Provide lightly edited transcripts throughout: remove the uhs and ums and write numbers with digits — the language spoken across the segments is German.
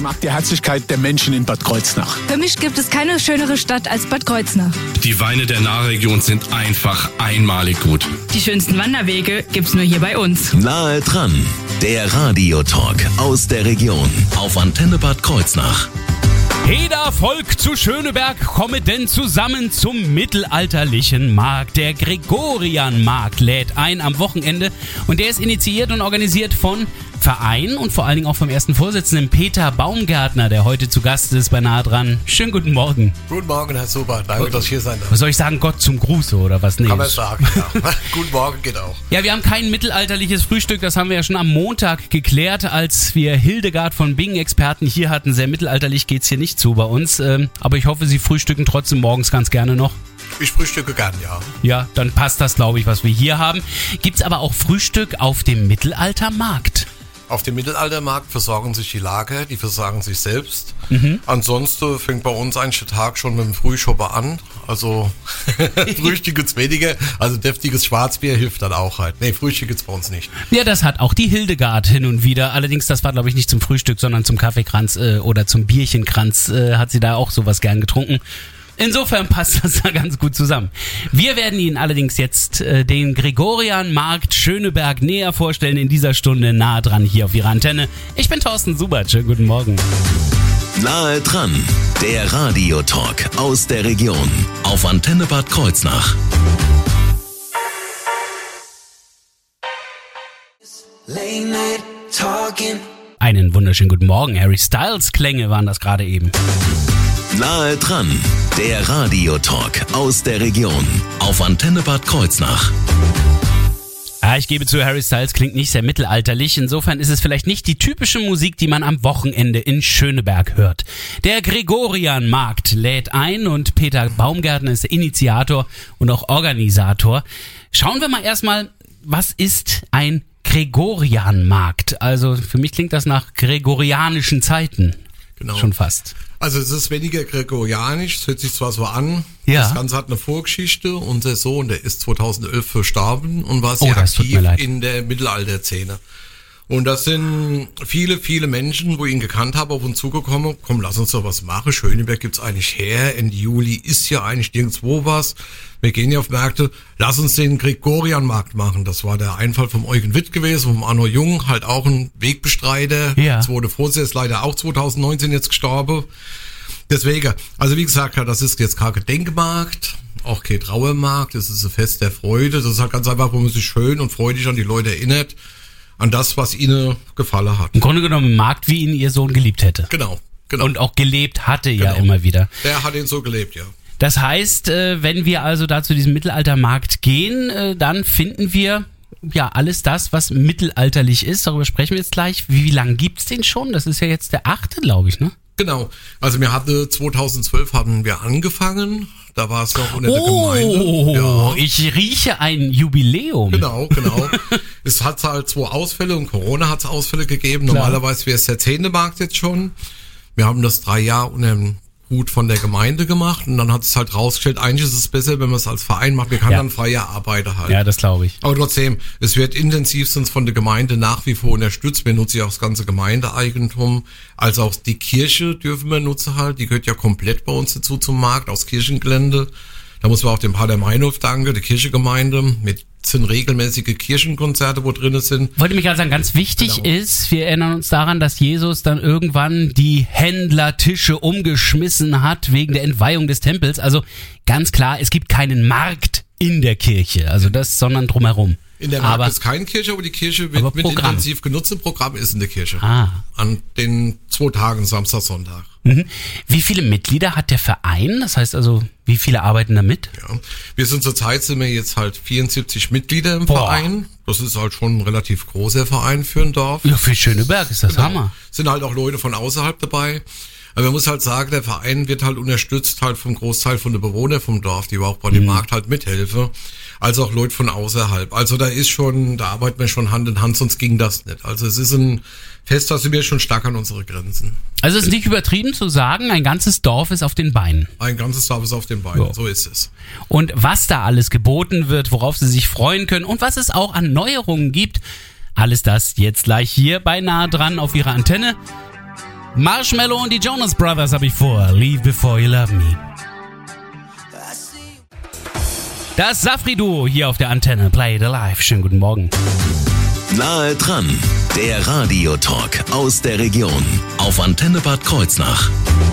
Ich mag die Herzlichkeit der Menschen in Bad Kreuznach. Für mich gibt es keine schönere Stadt als Bad Kreuznach. Die Weine der Nahregion sind einfach einmalig gut. Die schönsten Wanderwege gibt's nur hier bei uns. Nahe dran, der Radiotalk aus der Region auf Antenne Bad Kreuznach. Heder Volk zu Schöneberg komme denn zusammen zum mittelalterlichen Markt. Der Gregorianmarkt lädt ein am Wochenende und der ist initiiert und organisiert von Verein und vor allen Dingen auch vom ersten Vorsitzenden Peter Baumgärtner, der heute zu Gast ist bei Nahe dran. Schönen guten Morgen. Guten Morgen, Herr Super. Danke, dass ich hier sein darf. Was soll ich sagen? Gott zum Gruße oder was? Nee, kann man sagen, ja. Guten Morgen geht auch. Ja, wir haben kein mittelalterliches Frühstück, das haben wir ja schon am Montag geklärt, als wir Hildegard von Bingen Experten hier hatten. Sehr mittelalterlich geht's hier nicht zu bei uns, aber ich hoffe, Sie frühstücken trotzdem morgens ganz gerne noch. Ich frühstücke gern, ja. Ja, dann passt das, glaube ich, was wir hier haben. Gibt's aber auch Frühstück auf dem Mittelaltermarkt? Auf dem Mittelaltermarkt versorgen sich die Lager, die versorgen sich selbst. Ansonsten fängt bei uns eigentlich der Tag schon mit dem Frühschopper an. Also Frühstück gibt's weniger, also deftiges Schwarzbier hilft dann auch halt. Nee, Frühstück gibt's bei uns nicht. Ja, das hat auch die Hildegard hin und wieder. Allerdings, das war, glaube ich, nicht zum Frühstück, sondern zum Kaffeekranz oder zum Bierchenkranz hat sie da auch sowas gern getrunken. Insofern passt das da ganz gut zusammen. Wir werden Ihnen allerdings jetzt den Gregorianmarkt Schöneberg näher vorstellen in dieser Stunde nahe dran hier auf Ihrer Antenne. Ich bin Thorsten Subert. Schönen guten Morgen. Nahe dran, der Radiotalk aus der Region auf Antenne Bad Kreuznach. Einen wunderschönen guten Morgen. Harry Styles Klänge waren das gerade eben. Nahe dran, der Radiotalk aus der Region auf Antenne Bad Kreuznach. Ja, ich gebe zu, Harry Styles klingt nicht sehr mittelalterlich. Insofern ist es vielleicht nicht die typische Musik, die man am Wochenende in Schöneberg hört. Der Gregorianmarkt lädt ein und Peter Baumgärtner ist der Initiator und auch Organisator. Schauen wir mal erstmal, was ist ein Gregorianmarkt? Also für mich klingt das nach gregorianischen Zeiten. Genau. Schon fast. Also es ist weniger gregorianisch, es hört sich zwar so an, ja. Das Ganze hat eine Vorgeschichte. Unser Sohn, der ist 2011 verstorben und war sehr aktiv in der Mittelalterszene. Und das sind viele, viele Menschen, wo ich ihn gekannt habe, auf uns zugekommen. Komm, lass uns doch was machen. Schöneberg gibt's eigentlich her. Ende Juli ist ja eigentlich nirgendwo was. Wir gehen ja auf Märkte. Lass uns den Gregorianmarkt machen. Das war der Einfall vom Eugen Witt gewesen, vom Arno Jung, halt auch ein Wegbestreiter. Ja. Zweite Vorsitzender ist leider auch 2019 jetzt gestorben. Deswegen, also wie gesagt, das ist jetzt kein Gedenkmarkt, auch kein Trauermarkt. Das ist ein Fest der Freude. Das ist halt ganz einfach, wo man sich schön und freudig an die Leute erinnert. An das, was ihnen gefallen hat. Im Grunde genommen ein Markt, wie ihn ihr Sohn geliebt hätte. Genau. Und auch gelebt hatte ja Genau. immer wieder. Der hat ihn so gelebt, ja. Das heißt, wenn wir also da zu diesem Mittelaltermarkt gehen, dann finden wir ja alles das, was mittelalterlich ist. Darüber sprechen wir jetzt gleich. Wie lange gibt's den schon? Das ist ja jetzt der 8., glaube ich, ne? Genau. Also 2012 haben wir angefangen. Da war es noch unter der Gemeinde. Oh, ja. Ich rieche ein Jubiläum. Genau. Es hat halt 2 Ausfälle und Corona hat es Ausfälle gegeben. Klar. Normalerweise wäre es der 10. Markt jetzt schon. Wir haben das 3 Jahre unter dem Hut von der Gemeinde gemacht und dann hat es halt rausgestellt, eigentlich ist es besser, wenn man es als Verein macht. Wir können dann freier arbeiten halt. Ja, das glaube ich. Aber trotzdem, es wird intensivstens von der Gemeinde nach wie vor unterstützt. Wir nutzen ja auch das ganze Gemeindeeigentum. Also auch die Kirche dürfen wir nutzen halt. Die gehört ja komplett bei uns dazu zum Markt, aus Kirchengelände. Da muss man auch dem Pater Meinhof danken, der Kirchengemeinde, mit sind regelmäßige Kirchenkonzerte, wo drin sind. Wollte mich gerade sagen, ganz wichtig ist, wir erinnern uns daran, dass Jesus dann irgendwann die Händlertische umgeschmissen hat wegen der Entweihung des Tempels. Also ganz klar, es gibt keinen Markt in der Kirche, also das, sondern drumherum. In der Markt ist keine Kirche, aber die Kirche wird mit intensiv genutzt. Programm ist in der Kirche. An den 2 Tagen, Samstag, Sonntag. Mhm. Wie viele Mitglieder hat der Verein? Das heißt also, wie viele arbeiten da mit? Ja, wir sind zurzeit jetzt halt 74 Mitglieder im Verein. Das ist halt schon ein relativ großer Verein für ein Dorf. Ja, für Schöneberg ist das Hammer. Sind halt auch Leute von außerhalb dabei. Aber man muss halt sagen, der Verein wird halt unterstützt halt vom Großteil von den Bewohnern vom Dorf, die auch bei dem Markt halt mithelfen, als auch Leute von außerhalb. Also da arbeiten wir schon Hand in Hand, sonst ging das nicht. Also es ist ein Fest, da sind wir schon stark an unsere Grenzen. Also es ist nicht übertrieben zu sagen, ein ganzes Dorf ist auf den Beinen. Ein ganzes Dorf ist auf den Beinen, so ist es. Und was da alles geboten wird, worauf Sie sich freuen können und was es auch an Neuerungen gibt, alles das jetzt gleich hier bei Nahe dran auf Ihrer Antenne. Marshmallow und die Jonas Brothers habe ich vor. Leave Before You Love Me. Das Safri-Duo hier auf der Antenne. Play it alive. Schönen guten Morgen. Nahe dran, der Radiotalk aus der Region auf Antenne Bad Kreuznach.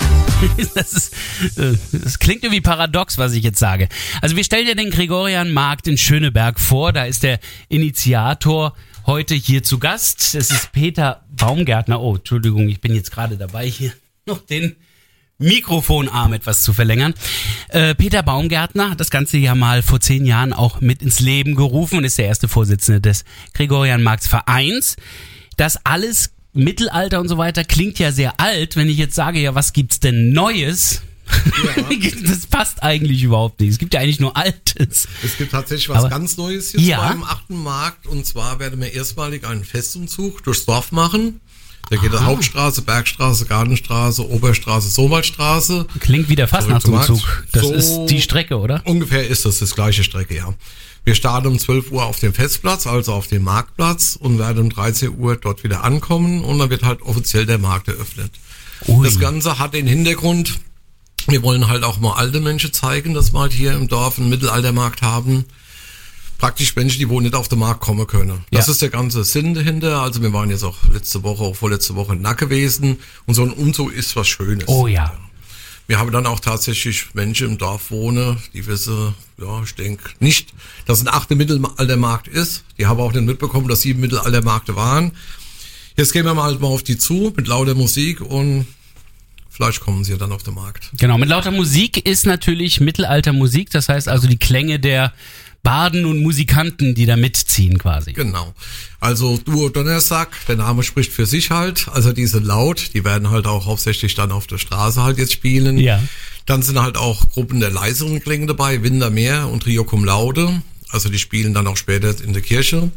Das klingt irgendwie paradox, was ich jetzt sage. Also wir stellen ja den Gregorian-Markt in Schöneberg vor. Da ist der Initiator heute hier zu Gast. Es ist Peter Baumgärtner. Oh, Entschuldigung, ich bin jetzt gerade dabei, hier noch den Mikrofonarm etwas zu verlängern. Peter Baumgärtner hat das Ganze ja mal vor 10 Jahren auch mit ins Leben gerufen und ist der erste Vorsitzende des Gregorian-Markts-Vereins. Das alles Mittelalter und so weiter klingt ja sehr alt. Wenn ich jetzt sage, ja, was gibt's denn Neues? Ja. Das passt eigentlich überhaupt nicht. Es gibt ja eigentlich nur Altes. Es gibt tatsächlich was ganz Neues jetzt beim 8. Markt. Und zwar werden wir erstmalig einen Festumzug durchs Dorf machen. Da geht der Hauptstraße, Bergstraße, Gartenstraße, Oberstraße, Somalstraße. Klingt wie der Fastnachtsumzug. Das ist die Strecke, oder? Ungefähr ist das gleiche Strecke, ja. Wir starten um 12 Uhr auf dem Festplatz, also auf dem Marktplatz, und werden um 13 Uhr dort wieder ankommen und dann wird halt offiziell der Markt eröffnet. Ui. Das Ganze hat den Hintergrund, wir wollen halt auch mal alte Menschen zeigen, dass wir halt hier im Dorf einen Mittelaltermarkt haben. Praktisch Menschen, die wohl nicht auf den Markt kommen können. Das ist der ganze Sinn dahinter. Also wir waren jetzt auch vorletzte Woche in Nack gewesen und so ein Umzug ist was Schönes. Oh ja. Wir haben dann auch tatsächlich Menschen im Dorf wohnen, die wissen, ja, ich denke nicht, dass ein 8. Mittelaltermarkt ist. Die haben auch nicht mitbekommen, dass 7 Mittelaltermärkte waren. Jetzt gehen wir mal auf die zu mit lauter Musik und vielleicht kommen sie dann auf den Markt. Genau, mit lauter Musik ist natürlich Mittelaltermusik. Das heißt also die Klänge der Barden und Musikanten, die da mitziehen quasi. Genau. Also Duo Donnersack, der Name spricht für sich halt. Also die sind laut, die werden halt auch hauptsächlich dann auf der Straße halt jetzt spielen. Ja. Dann sind halt auch Gruppen der leiseren Klänge dabei, Windermeer und Trio Cum Laude. Also die spielen dann auch später in der Kirche.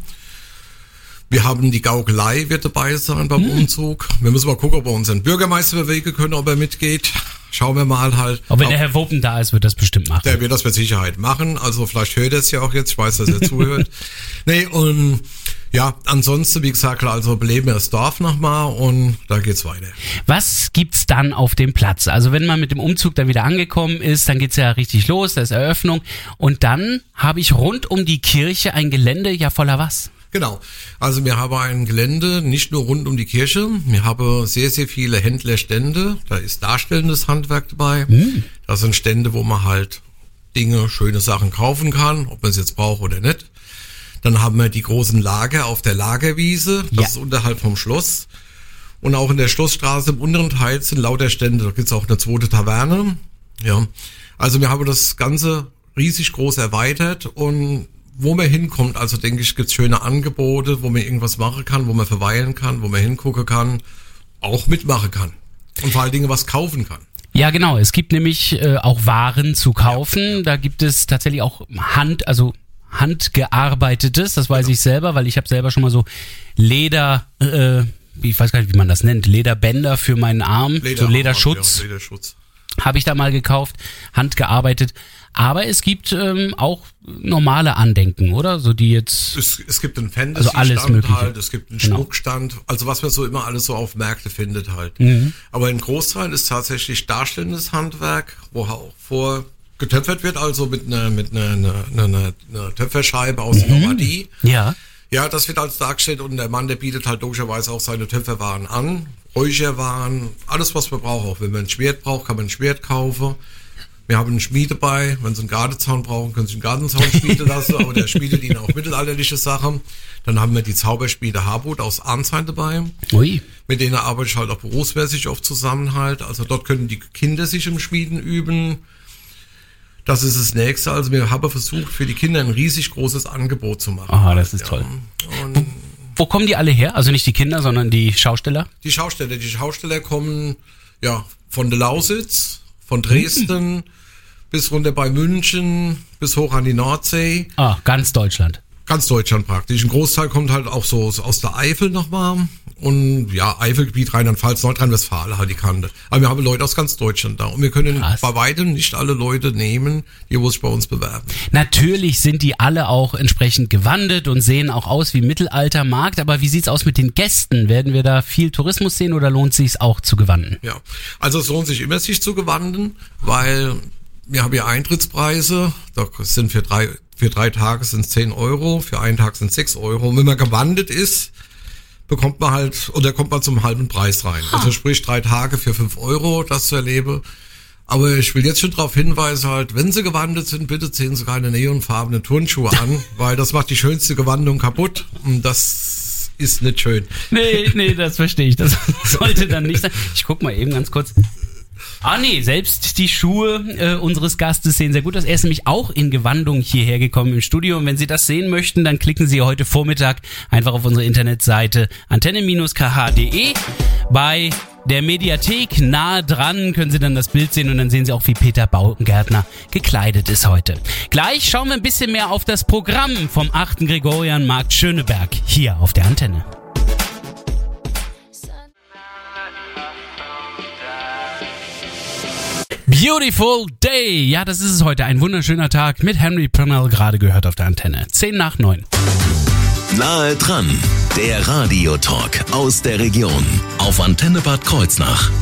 Wir haben die Gaukelei wird dabei sein beim Umzug. Wir müssen mal gucken, ob wir unseren Bürgermeister bewegen können, ob er mitgeht. Schauen wir mal halt. Aber wenn der Herr Wopen da ist, wird das bestimmt machen. Der wird das mit Sicherheit machen. Also vielleicht hört er es ja auch jetzt. Ich weiß, dass er zuhört. Nee, und ja, ansonsten, wie gesagt, also beleben wir das Dorf nochmal und da geht's weiter. Was gibt's dann auf dem Platz? Also wenn man mit dem Umzug dann wieder angekommen ist, dann geht's ja richtig los, da ist Eröffnung. Und dann habe ich rund um die Kirche ein Gelände ja voller was? Genau. Also wir haben ein Gelände, nicht nur rund um die Kirche. Wir haben sehr, sehr viele Händlerstände. Da ist darstellendes Handwerk dabei. Das sind Stände, wo man halt Dinge, schöne Sachen kaufen kann, ob man es jetzt braucht oder nicht. Dann haben wir die großen Lager auf der Lagerwiese. Das ist unterhalb vom Schloss. Und auch in der Schlossstraße im unteren Teil sind lauter Stände. Da gibt's auch eine zweite Taverne. Ja. Also wir haben das Ganze riesig groß erweitert und wo man hinkommt, also denke ich, gibt's schöne Angebote, wo man irgendwas machen kann, wo man verweilen kann, wo man hingucken kann, auch mitmachen kann und vor allen Dingen was kaufen kann. Ja, genau. Es gibt nämlich auch Waren zu kaufen. Ja. Da gibt es tatsächlich auch handgearbeitetes, das weiß ich selber, weil ich habe selber schon mal so Leder, ich weiß gar nicht, wie man das nennt, Lederbänder für meinen Arm, so Lederschutz. Ja, Lederschutz. Habe ich da mal gekauft, handgearbeitet. Aber es gibt auch normale Andenken, oder? So die jetzt. Es gibt einen Fantasy-Stand halt, es gibt einen Schmuckstand, also was man so immer alles so auf Märkte findet halt. Aber ein Großteil ist tatsächlich darstellendes Handwerk, wo auch getöpfert wird, also mit einer Töpferscheibe aus der Normandie. Ja. Ja, das wird als dargestellt und der Mann, der bietet halt logischerweise auch seine Töpferwaren an, Räucherwaren, alles was man braucht. Auch wenn man ein Schwert braucht, kann man ein Schwert kaufen. Wir haben einen Schmied dabei. Wenn Sie einen Gartenzaun brauchen, können Sie einen Gartenzaun schmieden lassen, aber der schmiedet Ihnen auch mittelalterliche Sachen. Dann haben wir die Zauberschmiede Harburg aus Arnsheim dabei. Ui. Mit denen arbeite ich halt auch berufsmäßig oft zusammen halt. Also dort können die Kinder sich im Schmieden üben. Das ist das Nächste. Also wir haben versucht, für die Kinder ein riesig großes Angebot zu machen. Aha, das ist toll. Und wo kommen die alle her? Also nicht die Kinder, sondern die Schausteller? Die Schausteller kommen ja von der Lausitz, von Dresden bis runter bei München, bis hoch an die Nordsee. Ah, ganz Deutschland. Ganz Deutschland praktisch. Ein Großteil kommt halt auch so aus der Eifel nochmal. und ja, Eifelgebiet, Rheinland-Pfalz, Nordrhein-Westfalen halt die Kante. Aber wir haben Leute aus ganz Deutschland da und wir können bei weitem nicht alle Leute nehmen, die sich bei uns bewerben. Natürlich sind die alle auch entsprechend gewandelt und sehen auch aus wie Mittelaltermarkt, aber wie sieht's aus mit den Gästen? Werden wir da viel Tourismus sehen oder lohnt sich's auch zu gewanden? Ja, also es lohnt sich immer, sich zu gewanden, weil wir haben ja Eintrittspreise, da sind für drei Tage sind es 10 Euro, für einen Tag sind es 6 Euro. Und wenn man gewandelt ist, kommt man zum halben Preis rein. Also sprich 3 Tage für 5 Euro, das zu erleben. Aber ich will jetzt schon darauf hinweisen, halt, wenn Sie gewandelt sind, bitte ziehen Sie keine neonfarbenen Turnschuhe an, weil das macht die schönste Gewandung kaputt. Und das ist nicht schön. Nee, das verstehe ich. Das sollte dann nicht sein. Ich guck mal eben ganz kurz. Selbst die Schuhe unseres Gastes sehen sehr gut aus. Er ist nämlich auch in Gewandung hierher gekommen im Studio. Und wenn Sie das sehen möchten, dann klicken Sie heute Vormittag einfach auf unsere Internetseite antenne-kh.de. Bei der Mediathek nahe dran können Sie dann das Bild sehen und dann sehen Sie auch, wie Peter Baumgärtner gekleidet ist heute. Gleich schauen wir ein bisschen mehr auf das Programm vom 8. Gregorianmarkt Schöneberg hier auf der Antenne. Beautiful Day. Ja, das ist es heute. Ein wunderschöner Tag mit Henry Purnell, gerade gehört auf der Antenne. 9:10. Nahe dran. Der Radiotalk aus der Region auf Antenne Bad Kreuznach.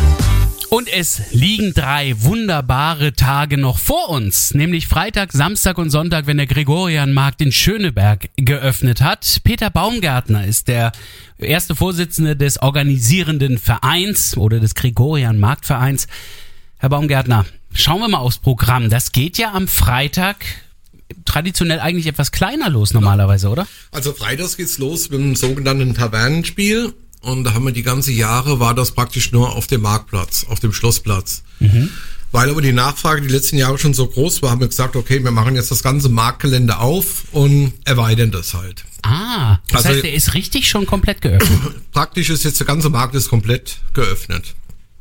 Und es liegen 3 wunderbare Tage noch vor uns, nämlich Freitag, Samstag und Sonntag, wenn der Gregorianmarkt in Schöneberg geöffnet hat. Peter Baumgärtner ist der erste Vorsitzende des organisierenden Vereins oder des Gregorianmarktvereins. Herr Baumgärtner, schauen wir mal aufs Programm. Das geht ja am Freitag traditionell eigentlich etwas kleiner los normalerweise, oder? Also freitags geht's los mit dem sogenannten Tavernenspiel. Und da haben wir die ganze Jahre, war das praktisch nur auf dem Marktplatz, auf dem Schlossplatz. Mhm. Weil aber die Nachfrage die letzten Jahre schon so groß war, haben wir gesagt, okay, wir machen jetzt das ganze Marktgelände auf und erweitern das halt. Das heißt, der ist richtig schon komplett geöffnet? Praktisch ist jetzt der ganze Markt ist komplett geöffnet.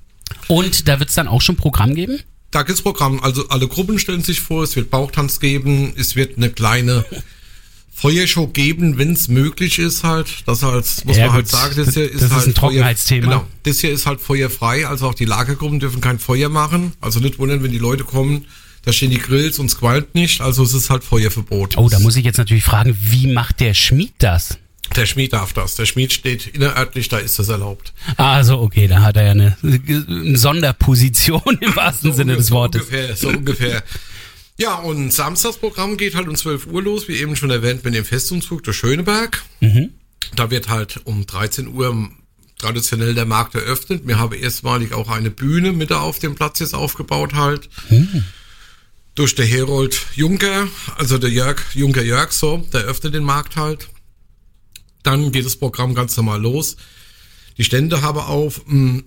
Und da wird es dann auch schon Programm geben? Da gibt's Programm, also alle Gruppen stellen sich vor, es wird Bauchtanz geben, es wird eine kleine Feuershow geben, wenn es möglich ist halt. Das halt, muss man halt sagen, das hier ist halt ein Trockenheitsthema. Genau, das hier ist halt feuerfrei, also auch die Lagergruppen dürfen kein Feuer machen. Also nicht wundern, wenn die Leute kommen, da stehen die Grills und es qualmt nicht, also es ist halt Feuerverbot. Oh, da muss ich jetzt natürlich fragen, wie macht der Schmied das? Der Schmied darf das. Der Schmied steht innerörtlich, da ist das erlaubt. Also okay, da hat er ja eine Sonderposition im wahrsten Sinne des Wortes. So ungefähr. Ja, und Samstagsprogramm geht halt um 12 Uhr los, wie eben schon erwähnt, mit dem Festumzug durch Schöneberg. Mhm. Da wird halt um 13 Uhr traditionell der Markt eröffnet. Wir haben erstmalig auch eine Bühne mit auf dem Platz jetzt aufgebaut halt. Mhm. Durch der Herold Juncker, also der Jörg, der öffnet den Markt halt. Dann geht das Programm ganz normal los. Die Stände haben auf.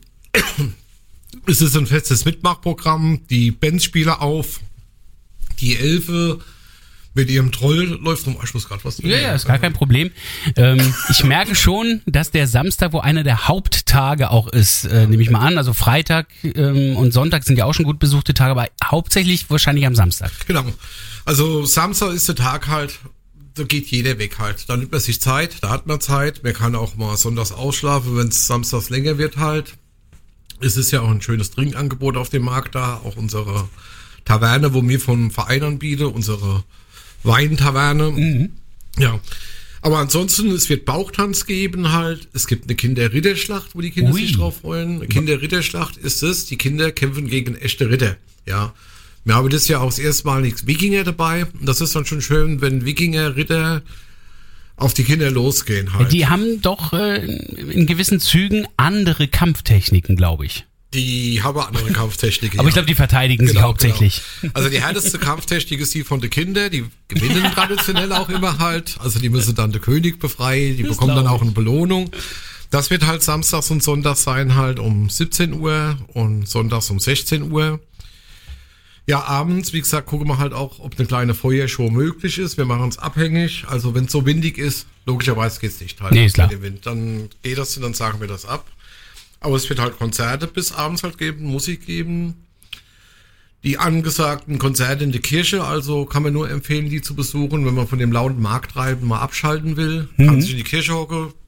Es ist ein festes Mitmachprogramm. Die Bands spielen auf. Die Elfe mit ihrem Troll läuft rum. Ich muss gerade was. Ja, ist gar kein Problem. Ich merke schon, dass der Samstag, wo einer der Haupttage auch ist, nehme ich mal an. Also Freitag und Sonntag sind ja auch schon gut besuchte Tage, aber hauptsächlich wahrscheinlich am Samstag. Genau. Also Samstag ist der Tag halt. Da geht jeder weg halt. Da nimmt man sich Zeit, da hat man Zeit. Man kann auch mal sonntags ausschlafen, wenn es samstags länger wird halt. Es ist ja auch ein schönes Trinkangebot auf dem Markt da. Auch unsere Taverne, wo wir vom Verein anbieten, unsere Weintaverne. Mhm. Ja. Aber ansonsten, es wird Bauchtanz geben halt. Es gibt eine Kinderritterschlacht, wo die Kinder sich drauf freuen. Eine Kinderritterschlacht ist es. Die Kinder kämpfen gegen echte Ritter. Ja. Wir haben das ja auch das erste Mal nichts Wikinger dabei. Das ist dann schon schön, wenn Wikinger-Ritter auf die Kinder losgehen halt. Die haben doch in gewissen Zügen andere Kampftechniken, glaube ich. Die haben andere Kampftechniken. Aber ich glaube, die verteidigen sich hauptsächlich. Genau. Also die härteste Kampftechnik ist die von den Kindern. Die gewinnen traditionell auch immer halt. Also die müssen dann den König befreien. Die bekommen dann auch eine Belohnung. Das wird halt samstags und sonntags sein halt um 17 Uhr und sonntags um 16 Uhr. Ja, abends, wie gesagt, gucken wir halt auch, ob eine kleine Feuershow möglich ist. Wir machen es abhängig. Also wenn es so windig ist, logischerweise geht's nicht halt. Nee, ist klar. Dann geht das und dann sagen wir das ab. Aber es wird halt Konzerte bis abends halt geben, Musik geben. Die angesagten Konzerte in der Kirche, also kann man nur empfehlen, die zu besuchen, wenn man von dem lauten Markttreiben mal abschalten will. Kann sich in die Kirche hocken,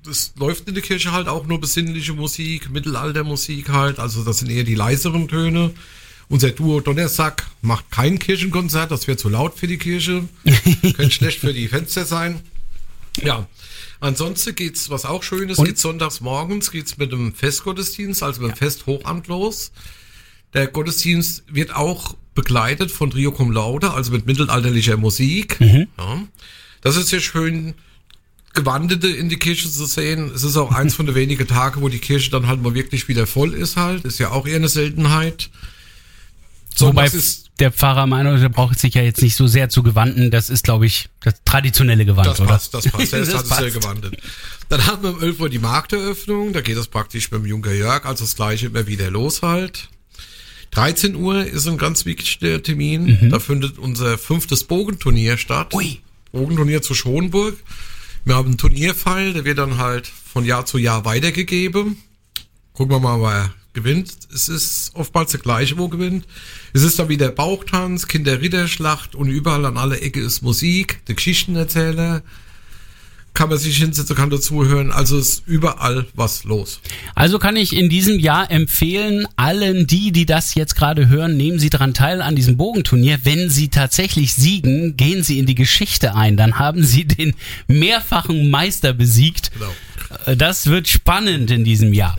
es läuft in der Kirche halt auch nur besinnliche Musik, Mittelaltermusik halt, also das sind eher die leiseren Töne. Unser Duo Donnersack macht kein Kirchenkonzert, das wäre zu laut für die Kirche, könnte schlecht für die Fenster sein. Ja, ansonsten geht's, was auch schön ist, geht's sonntags morgens, geht's mit dem Festgottesdienst, also mit dem Festhochamt los. Der Gottesdienst wird auch begleitet von Trio Cum Laude, also mit mittelalterlicher Musik. Ja. Das ist ja schön, Gewandete in die Kirche zu sehen. Es ist auch eins von den wenigen Tagen, wo die Kirche dann halt mal wirklich wieder voll ist halt. Ist ja auch eher eine Seltenheit. Wobei der Pfarrer Meinung, der braucht sich ja jetzt nicht so sehr zu gewanden. Das ist, glaube ich, das traditionelle Gewand, das oder? Passt. Der ist traditionell gewandet. Dann haben wir um 11 Uhr die Markteröffnung. Da geht es praktisch mit dem Junker Jörg, also das Gleiche immer wieder los halt. 13 Uhr ist ein ganz wichtiger Termin. Da findet unser 5. Bogenturnier statt. Ui. Bogenturnier zu Schonburg. Wir haben einen Turnierpfeil, der wird dann halt von Jahr zu Jahr weitergegeben. Gucken wir mal, wer gewinnt. Es ist oftmals der gleiche, wo gewinnt. Es ist dann wieder Bauchtanz, Kinderritterschlacht und überall an aller Ecke ist Musik, der Geschichtenerzähler. Kann man sich hinsetzen, kann dazuhören. Also ist überall was los. Also kann ich in diesem Jahr empfehlen, allen die das jetzt gerade hören, nehmen Sie daran teil an diesem Bogenturnier. Wenn Sie tatsächlich siegen, gehen Sie in die Geschichte ein. Dann haben Sie den mehrfachen Meister besiegt. Genau. Das wird spannend in diesem Jahr.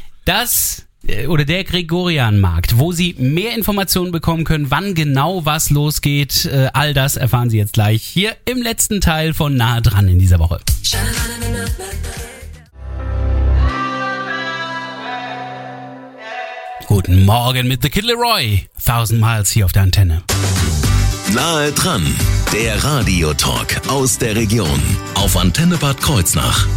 Der Gregorianmarkt, wo Sie mehr Informationen bekommen können, wann genau was losgeht, all das erfahren Sie jetzt gleich hier im letzten Teil von Nahe dran in dieser Woche. Guten Morgen mit The Kid Leroy, 1000 Miles hier auf der Antenne. Nahe dran, der Radiotalk aus der Region auf Antenne Bad Kreuznach.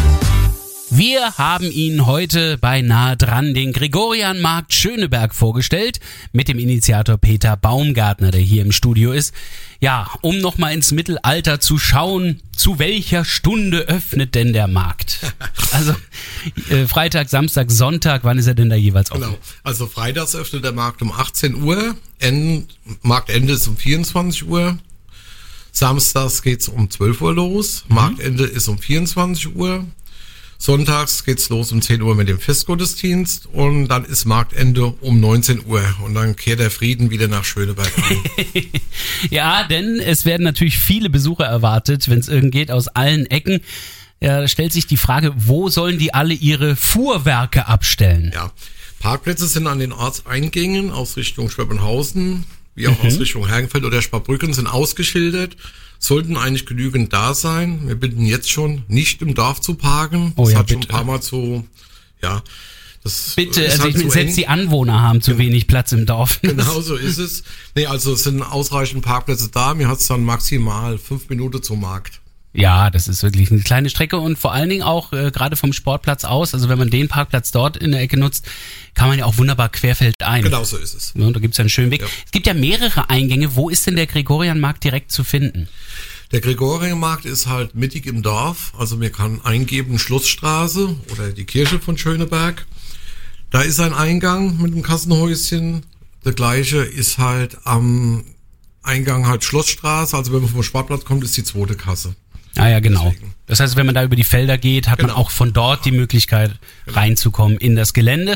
Wir haben Ihnen heute bei Nahe dran den Gregorianmarkt Schöneberg vorgestellt mit dem Initiator Peter Baumgartner, der hier im Studio ist. Ja, um nochmal ins Mittelalter zu schauen, zu welcher Stunde öffnet denn der Markt? Also Freitag, Samstag, Sonntag, wann ist er denn da jeweils offen? Genau, also freitags öffnet der Markt um 18 Uhr, Marktende ist um 24 Uhr. Samstags geht's um 12 Uhr los, Marktende ist um 24 Uhr. Sonntags geht's los um 10 Uhr mit dem Festgottesdienst und dann ist Marktende um 19 Uhr und dann kehrt der Frieden wieder nach Schöneberg ein. Ja, denn es werden natürlich viele Besucher erwartet, wenn es irgend geht, aus allen Ecken. Ja, da stellt sich die Frage, wo sollen die alle ihre Fuhrwerke abstellen? Ja, Parkplätze sind an den Ortseingängen aus Richtung Schweppenhausen, wie auch aus Richtung Hergenfeld oder Sparbrücken sind ausgeschildert. Sollten eigentlich genügend da sein. Wir bitten jetzt schon, nicht im Dorf zu parken. Das hat schon ein paar Mal so, ja. Das bitte, ist also halt selbst eng. Die Anwohner haben zu wenig Platz im Dorf. Genau so ist es. Nee, also es sind ausreichend Parkplätze da. Mir hat es dann maximal 5 Minuten zum Markt. Ja, das ist wirklich eine kleine Strecke und vor allen Dingen auch gerade vom Sportplatz aus, also wenn man den Parkplatz dort in der Ecke nutzt, kann man ja auch wunderbar querfeldein. Genau so ist es. Ja, da gibt's ja einen schönen Weg. Ja. Es gibt ja mehrere Eingänge. Wo ist denn der Gregorianmarkt direkt zu finden? Der Gregorianmarkt ist halt mittig im Dorf. Also man kann eingeben Schlossstraße oder die Kirche von Schöneberg. Da ist ein Eingang mit einem Kassenhäuschen. Der gleiche ist halt am Eingang halt Schlossstraße. Also wenn man vom Sportplatz kommt, ist die 2. Kasse. Ah ja, genau. Deswegen. Das heißt, wenn man da über die Felder geht, hat man auch von dort die Möglichkeit reinzukommen in das Gelände.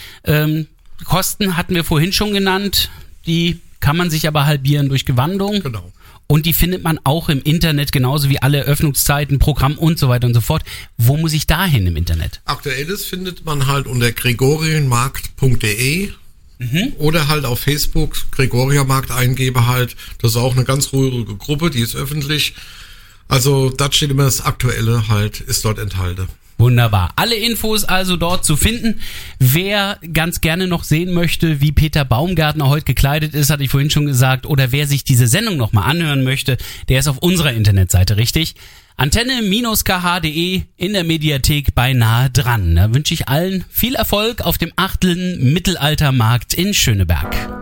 Kosten hatten wir vorhin schon genannt. Die kann man sich aber halbieren durch Gewandung. Genau. Und die findet man auch im Internet, genauso wie alle Öffnungszeiten, Programm und so weiter und so fort. Wo muss ich da hin im Internet? Aktuelles findet man halt unter gregorianmarkt.de oder halt auf Facebook Gregorianmarkt eingebe halt. Das ist auch eine ganz ruhige Gruppe, die ist öffentlich. Also da steht immer das Aktuelle halt, ist dort enthalten. Wunderbar. Alle Infos also dort zu finden. Wer ganz gerne noch sehen möchte, wie Peter Baumgartner heute gekleidet ist, hatte ich vorhin schon gesagt, oder wer sich diese Sendung nochmal anhören möchte, der ist auf unserer Internetseite, richtig? Antenne-kh.de in der Mediathek bei Nahe dran. Da wünsche ich allen viel Erfolg auf dem 8. Mittelaltermarkt in Schöneberg.